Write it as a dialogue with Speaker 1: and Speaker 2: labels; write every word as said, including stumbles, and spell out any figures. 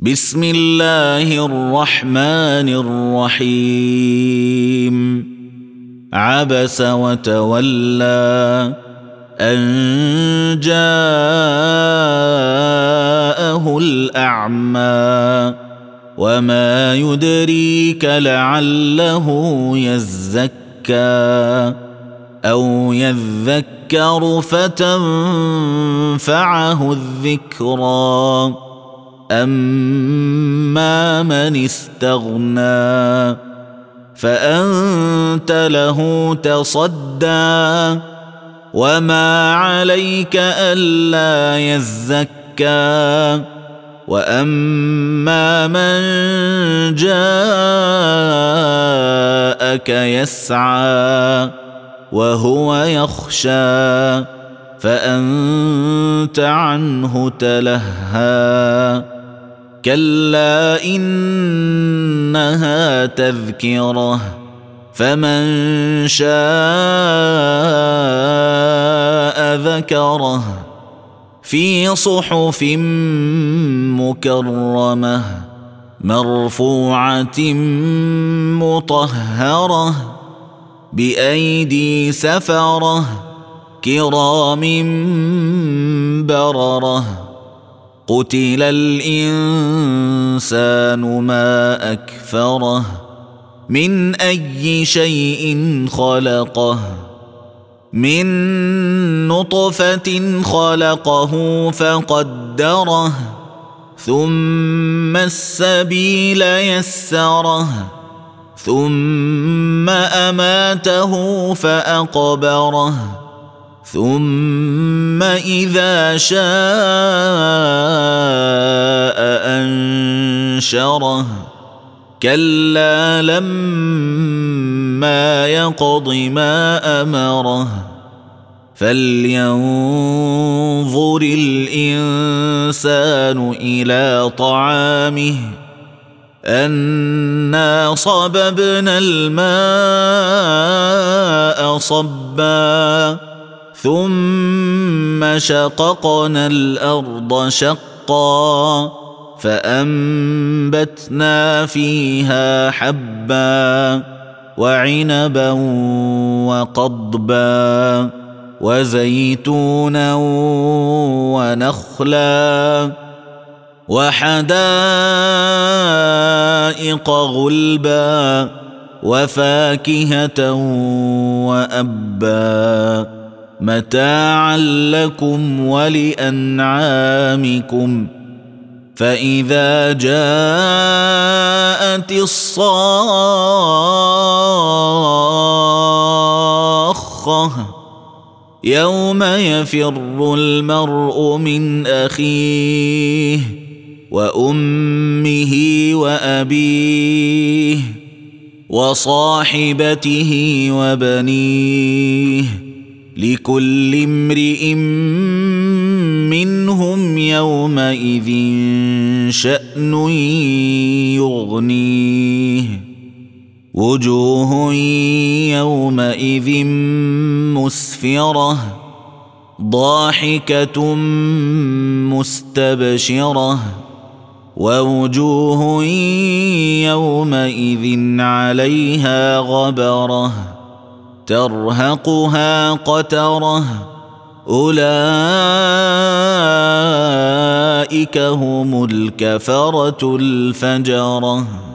Speaker 1: بسم الله الرحمن الرحيم عبس وتولى أن جاءه الأعمى وما يدريك لعله يزكى أو يذكر فتنفعه الذكرى أما من استغنى فأنت له تصدى وما عليك ألا يزكى وأما من جاءك يسعى وهو يخشى فأنت عنه تلهى كلا إنها تذكرة فمن شاء ذكره في صحف مكرمة مرفوعة مطهرة بأيدي سفرة كرام بررة قتل الإنسان ما أكفره من أي شيء خلقه من نطفة خلقه فقدره ثم السبيل يسره ثم أماته فأقبره ثم إذا شاء أنشره كلا لما يقض ما أمره فلينظر الإنسان إلى طعامه أنا صببنا الماء صبا ثم شققنا الأرض شقا فأنبتنا فيها حبا وعنبا وقضبا وزيتونا ونخلا وحدائق غلبا وفاكهة وأبا متاعا لكم ولأنعامكم فإذا جاءت الصاخة يوم يفر المرء من أخيه وأمه وأبيه وصاحبته وبنيه لكل امرئ منهم يومئذ شأن يغنيه وجوه يومئذ مسفرة ضاحكة مستبشرة ووجوه يومئذ عليها غبرة ترهقها قترة أولئك هم الكفرة الفجرة.